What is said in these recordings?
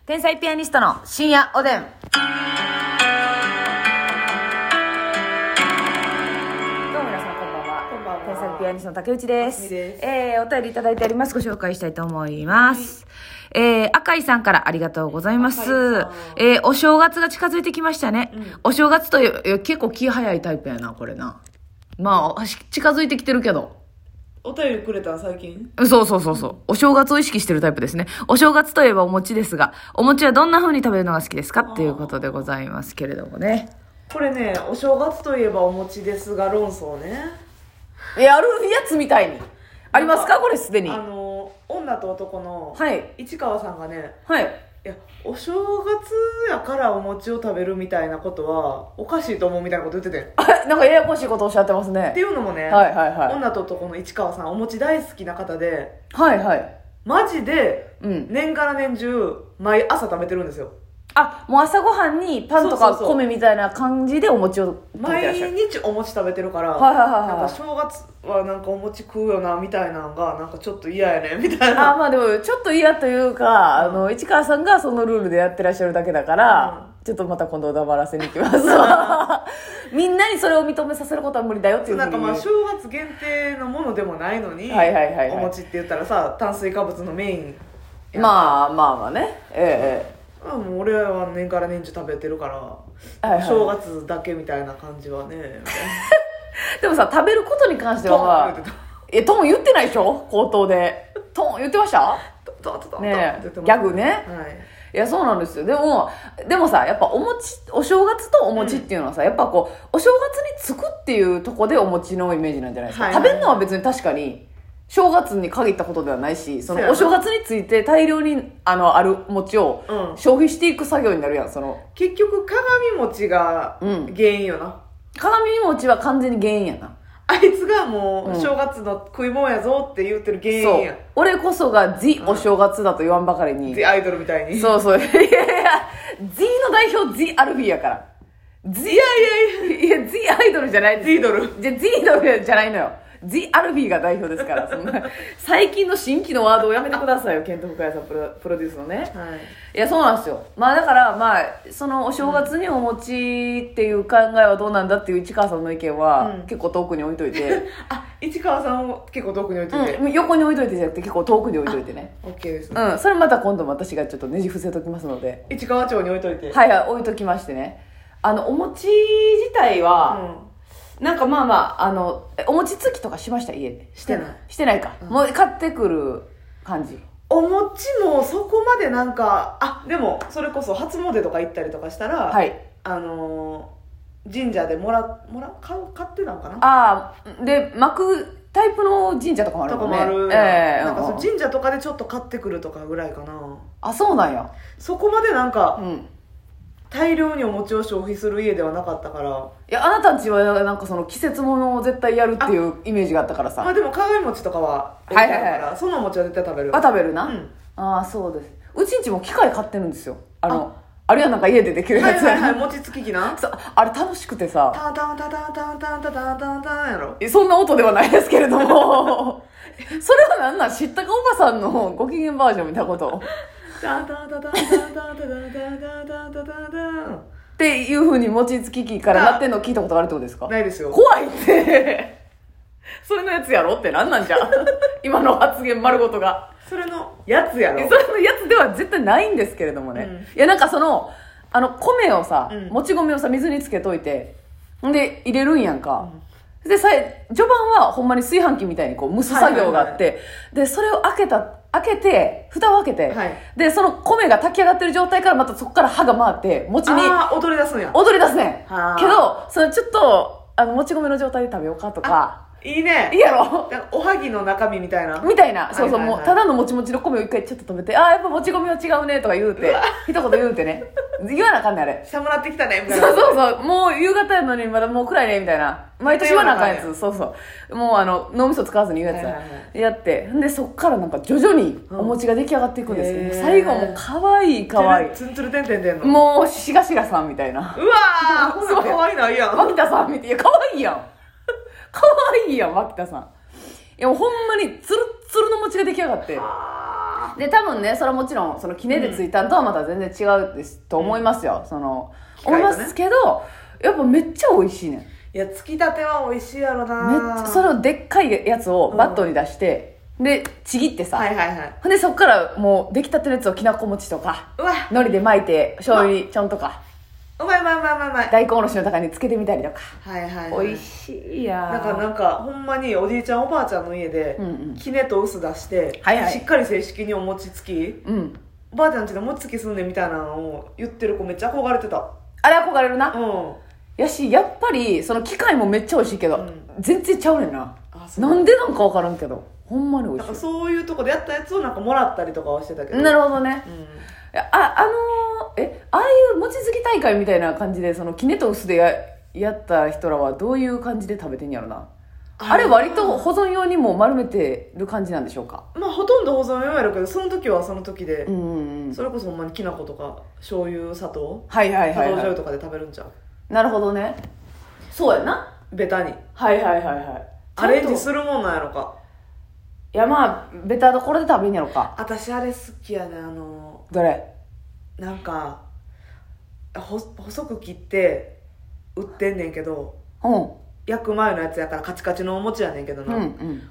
天才ピアニストの深夜おでん。どうも皆さんこんばんは。 こんばんは。 天才ピアニストの竹内です。 ますみです。 お便りいただいております。ご紹介したいと思います。赤井さんからありがとうございます。お正月が近づいてきましたね。お正月という結構気早いタイプやな、これな。まあ、近づいてきてるけど。 お便りくれた最近？ そう。お正月を意識してるタイプですね。お正月といえばお餅ですが、お餅はどんな風に食べるのが好きですかっていうことでございますけれどもね。 これね、お正月といえばお餅ですが論争ね。 あるやつみたいに。ありますかこれすでに。 女と男のはい市川さんがね、 はい。 いや、お正月やからお餅を食べるみたいなことはおかしいと思うみたいなこと言ってて。 なんかややこしいことおっしゃってますね。 っていうのもね、 はい。 女と男の市川さんお餅大好きな方で、 はい。 マジでうん。 年から年中毎朝食べてるんですよ。 もう朝ごはんにパンとかそう米みたいな感じでお餅を食べてらっ毎しゃる。 日お餅食べてるから、 はい。 なんか正月はなんかお餅食うよなみたいなのがなんかちょっと嫌やねみたいな。 まあでもちょっと嫌というか、市川さんがそのルールでやってらっしゃるだけだから、ちょっとまた今度黙らせに行きますわみんなにそれを認めさせることは無理だよっていうふうに。 なんかまあ正月限定のものでもないのに、 はいお餅って言ったらさ炭水化物のメインやん。 まあね。 もう俺は年から年中食べてるから、 はい正月だけみたいな感じはねみたいな。 でもさ、食べることに関しては、トン言ってないでしょ口頭で。トン言ってましたねえ、ギャグね。 はい。 いや、そうなんですよ。でもさ、やっぱお正月とお餅っていうのはさ、やっぱこう、お正月につくっていうとこでお餅のイメージなんじゃないですか。食べるのは別に確かに、正月に限ったことではないし、そのお正月について大量にある餅を消費していく作業になるやん。 結局鏡餅が原因よな。 鏡餅は完全に原因やな。 あいつがもう正月の食い物やぞって言ってる原因や。 俺こそがザお正月だと言わんばかりに。 ザアイドルみたいに。 そう。いや、ザの代表ザアルフィーやから。いや、ザアイドルじゃないです。 ザイドル。 ザイドルじゃないのよ。ザ・アルフィーが代表ですから、そんな最近の新規のワードをやめてくださいよ、ケント・フカヤさんプロデュースのね。 はい。 いや、そうなんですよ。まあだから、そのお正月にお餅っていう考えはどうなんだっていう市川さんの意見は、結構遠くに置いといて。 市川さんを結構遠くに置いといて。 横に置いといてじゃなくて結構遠くに置いといてね。 OK ですね。 それまた今度私がちょっとねじ伏せときますので。 市川町に置いといて。 はい、置いときましてね。お餅自体は、なんかお餅つきとかしました家で。してないか。もう買ってくる感じ。 お餅もそこまでなんか、でもそれこそ初詣とか行ったりとかしたら、 はい。 神社で買ってたのかな。 で、巻くタイプの神社とかもあるもんね。 なんか神社とかでちょっと買ってくるとかぐらいかな。 そうなんや。 そこまでなんか、大量にお餅を消費する家ではなかったから。 いや、あなたんちはなんかその季節物を絶対やるっていうイメージがあったからさ。 でも鏡餅とかははい。 その餅は絶対食べる。 食べるな。そうです。うちんちも機械買ってるんですよ。あれはなんか家でできるやつ。 はい、餅つき機な。 あれ楽しくてさ。 タンタンタタンタンタンタタンタンタンやろ。 そんな音ではないですけれども。それはなんなん知ったかおばさんのご機嫌バージョン見たこと。 タンタンタタンタンタンタンタンタンタンタンタンっていう風に餅つき機からなってんの聞いたことあるってことですか？ ないですよ。 怖いってそれのやつやろってなんなんじゃ今の発言丸ごとがそれのやつやろ。 それのやつでは絶対ないんですけれどもね、いやなんか米をさ、もち米をさ水につけといてで入れるんやんか、で序盤はほんまに炊飯器みたいにこう蒸す作業があって、でそれを開けて蓋を開けて、でその米が炊き上がってる状態からまたそこから刃が回って餅に踊り出すんや。 踊り出すねんけど、それちょっともち米の状態で食べようかとか。 いいね。 いいやろ。 おはぎの中身みたいな。 そう、もうただのもちもちの米を一回ちょっと食べて、やっぱもち米は違うねとか言うて、一言言うてね、言わなあかんねんあれ。 寒なってきたねみたいな。 そう、もう夕方やのにまだもう暗いねみたいな。毎年言わなあかんやつ。そう。もう脳みそ使わずに言うやつやって、でそっからなんか徐々にお餅が出来上がっていくんですよ。最後もう可愛い。 ツンツルテンテン出んの。 もうしがしらさんみたいな。 うわー、そう可愛いないやん。 牧田さんみたいな。可愛いやん。可愛いやん、牧田さん。いやもうほんまにツルツルの餅が出来上がって。 わで多分ねそれはもちろんそのきねでついたんとはまた全然違うですと思いますよ、その思いますけど、やっぱめっちゃ美味しいねん。 いやつきたては美味しいやろな。 めっちゃそれをでっかいやつをバットに出して、でちぎってさ、 はいはいはい。 ほんでそっからもう出来たてのやつをきなこ餅とかうわ海苔で巻いて醤油ちょんとかうまいうまいうまいうまいうまい。 大根おろしの中につけてみたりとか、 はいはいはい。 美味しいやなんかほんまにおじいちゃんおばあちゃんの家で、きねと薄出して、 はいはいしっかり正式にお餅つき、 うんおばあちゃんちで餅つきすんねんみたいなのを言ってる子めっちゃ憧れてた。 あれ憧れるな、 うんやしやっぱりその機械もめっちゃ美味しいけど、全然ちゃうねんな。 あそうなんでなんか分からんけどほんまに美なんか味しい。 そういうとこでやったやつをなんかもらったりとかはしてたけど。 なるほどね、 うんいやああいう餅つき大会みたいな感じでそのきねと薄でやった人らはどういう感じで食べてんやろな。あれ割と保存用にも丸めてる感じなんでしょうか。 まあほとんど保存用やるけど、その時はその時で、 うんそれこそほんまにきな粉とか醤油砂糖、 はいはい砂糖はい、はい、 醤油とかで食べるんちゃう。 なるほどね。そうやな。 ベタにはいはいはいはい。 アレンジする。 るもんなんやろか。 いやまあベタどころで食べんやろか。 私あれ好きやね。 どれ。 なんか細く切って売ってんねんけど、 うん焼く前のやつやからカチカチのお餅やねんけどな、 うんうん、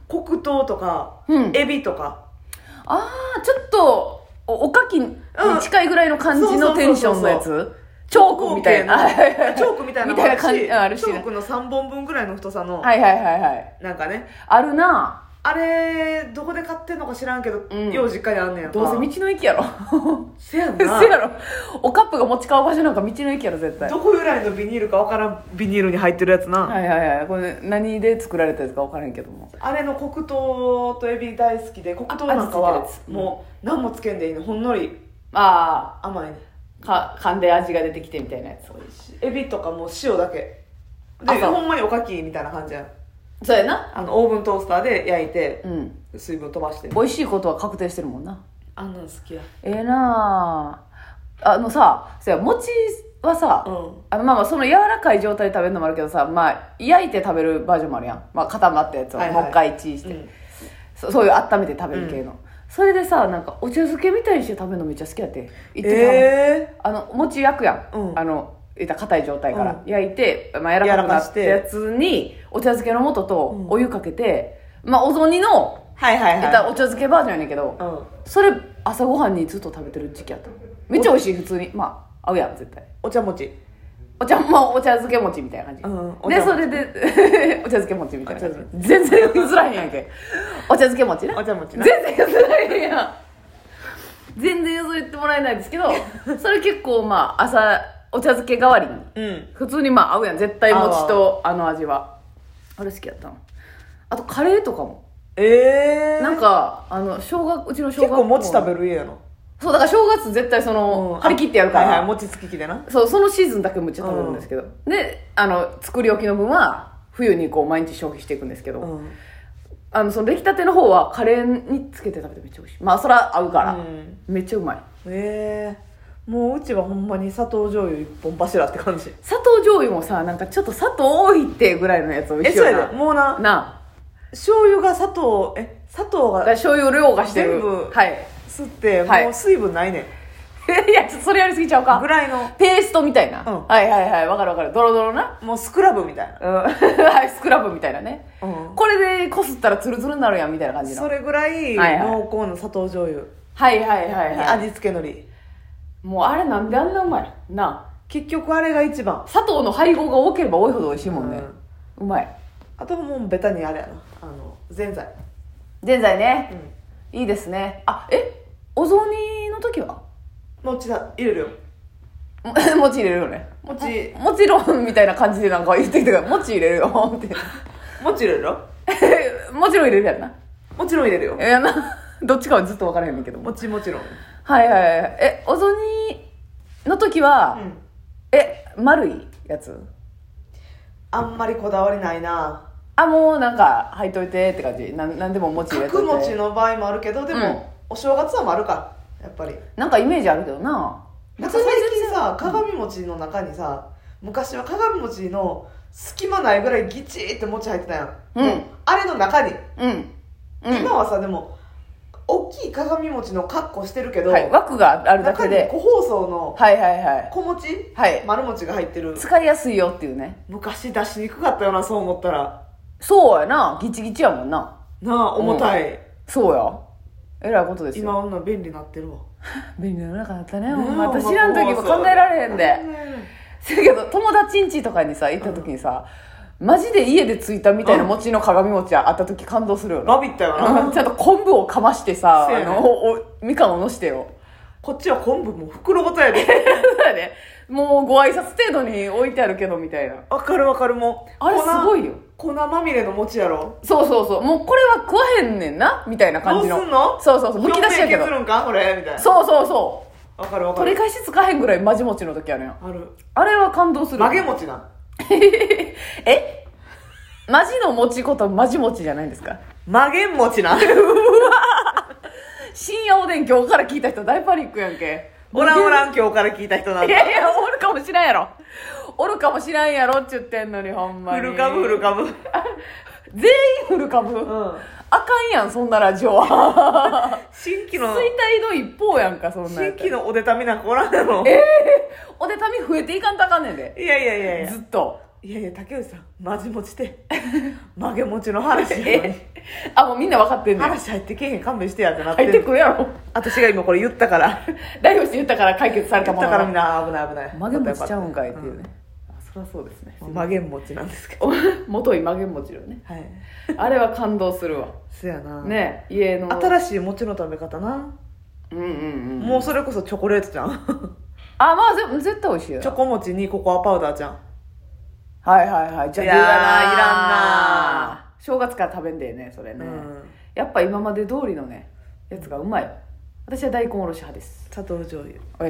黒糖とか、 うん、 エビとか、 ああちょっとおかきに近いぐらいの感じのテンションのやつ、チョークみたいなチョークみたいなのもあるし、チョークの3本分ぐらいの太さの、 はいはいはいはい、 なんかねあるな。 あれどこで買ってんのか知らんけど、よう実家にあんねんやんか。 どうせ道の駅やろせやんなせやろ。おカップが持ち買う場所なんか道の駅やろ絶対。 どこ由来のビニールか分からんビニールに入ってるやつな。 はいはいはい、これ何で作られたやつか分からんけども、 あれの黒糖とエビ大好きで、黒糖なんかはもう何もつけんでいいの、ほんのりあ甘いね。 あ噛んで味が出てきてみたいなやつ。 エビとかもう塩だけで、ほんまにおかきみたいな感じやん。 そうやな。 オーブントースターで焼いて、 うん、 水分飛ばして。 美味しいことは確定してるもんな。 あんなん好きや。 なあ。さそや餅はさ、まあまあその柔らかい状態で食べるのもあるけどさ、まあ焼いて食べるバージョンもあるやん、まあ、固まったやつをもう一回チンして、そういう温めて食べる系の、それでさなんかお茶漬けみたいにして食べるのめっちゃ好きやって言ってた、餅焼くやん、言った硬い状態から焼いて、まあ、柔らかくなったやつにお茶漬けの素とお湯かけて、まあお雑煮の言ったお茶漬けバージョンやねんけど、それ朝ごはんにずっと食べてる時期やった。めっちゃ美味しい。普通にまあ合うやん絶対。 お茶餅、 まあ、お茶漬け餅みたいな感じ、でそれでお茶漬け餅みたいな感じ、全然譲らへんやんけ。お茶漬け餅ね、 お茶餅全然譲らへんやん。全然譲ってもらえないですけどそれ結構まあ朝お茶漬け代わりに、普通にまあ合うやん絶対餅と味は。あれ好きやったの。あとカレーとかもなんかうちの小学校結構餅食べる家やな。 そうだから正月絶対張り切ってやるから、 餅つき器でな。 そうそのシーズンだけむっちゃ食べるんですけど、で作り置きの分は冬にこう毎日消費していくんですけど、その出来たての方はカレーにつけて食べてめっちゃ美味しい。まあそれは合うから、めっちゃうまい。 もううちはほんまに砂糖醤油一本柱って感じ。 砂糖醤油もさなんかちょっと砂糖多いってぐらいのやつ美味しいよな。 そうやでもうな醤油が砂糖が醤油量がしてる全部はい吸ってもう水分ないねん、 いやちょっとそれやりすぎちゃうかぐらいのペーストみたいな、はいはいはいわかるわかる、ドロドロな、 もうスクラブみたいな、 はいスクラブみたいなね、これでこすったらツルツルになるやんみたいな感じの、 それぐらい濃厚な砂糖醤油、 はいはいはいはい、 味付け海苔、 もうあれなんであんなうまいな。 結局あれが一番。 砂糖の配合が多ければ多いほど美味しいもんね、うまい。あともうベタにあれやなぜんざいね、いいですね。お雑煮の時は餅入れるよ餅入れるよね。もちろんみたいな感じでなんか言ってきたから餅入れるよって餅入れるよもちろん入れるやんな。 もちろん入れるよ。 どっちかはずっと分からへんねんけどもちろん。 はいはいはい。お雑煮の時は、丸いやつあんまりこだわりないな。 もうなんか入っといてって感じ。なんでも餅入れといて。 角餅の場合もあるけど、でも、お正月はもあるかやっぱり。 なんかイメージあるけどな。 なんか最近さ、鏡餅の中にさ、昔は鏡餅の隙間ないぐらいギチーって餅入ってたやん。あれの中に。今はさ、でも大きい鏡餅の格好してるけど、 はい、枠があるだけ中にで。 個包装のはいはいはい。 小餅、 はい丸餅が入ってる。 使いやすいよっていうね。 昔出しにくかったよな、そう思ったら。 そうやな。ギチギチやもんな。 なあ、重たい。 そうや。えらいことですよ。 今女便利になってるわ。 便利な世の中だったね。 ねえ私知らん時も考えられへんで。せやけど、友達ん家とかにさ、行った時にさ、マジで家でついたみたいな餅の鏡餅あった時感動するよな。 ラビットやな。 ちゃんと昆布をかましてさ、 せやねみかんをのしてよ。 こっちは昆布も袋ごとやで。 そうやね。もうご挨拶程度に置いてあるけどみたいな。 わかるわかる、もう。 あれすごいよ。 粉まみれの餅やろ。 そうそうそう。もうこれは食わへんねんなみたいな感じの。 どうすんの？ そうそうそう。むき出しやけど。 表面削るんかこれみたいな。 そうそうそわかるわう。 かる。 取り返しつかへんぐらいマジ餅の時あるやん。 ある。 あれは感動する。 曲げ餅な。 えマジの餅ことマジ餅じゃないんですか？ 曲げ餅な。 深夜おでん今日から聞いた人大パニックやんけ。 おらんおらん今日から聞いた人なんだ。 いやいや、おるかもしらんやろ。おるかもしらんやろって言ってんのに、ほんまに。 フル株フル株。 全員フル株、 うん。 あかんやん、そんなラジオは。 新規の、 衰退の一方やんか、そんな新やつ。 規のおでたみなんかおらんやろ。 おでたみ増えていかんとあかんねんで。 いやいやいやいや。 ずっと。 いやいや、竹内さん、マジ持ちで。曲げ餅の話やのに。 あ、もうみんな分かってんねん。 話入ってけえへん、勘弁してやってなって入ってくるやろ。 私が今これ言ったから。 代表して言ったから解決されたもの言ったからみんな危ない危ない。 曲げ餅ちゃうんかいっていうね。そりゃそうですね。 曲げ餅なんですけど。 元い曲げ餅のね。 はい。 あれは感動するわ。 そやな。 ね、家の。 新しい餅の食べ方な。 うんうんうん。 もうそれこそチョコレートじゃん。 あ、まあ絶対美味しいよ。 チョコ餅にココアパウダーじゃん。 はいはいはい。じゃあ、 いやーいらんな正月から食べんでね、それね。 うんやっぱ今まで通りのね、やつがうまい。私は大根おろし派です。 砂糖醤油。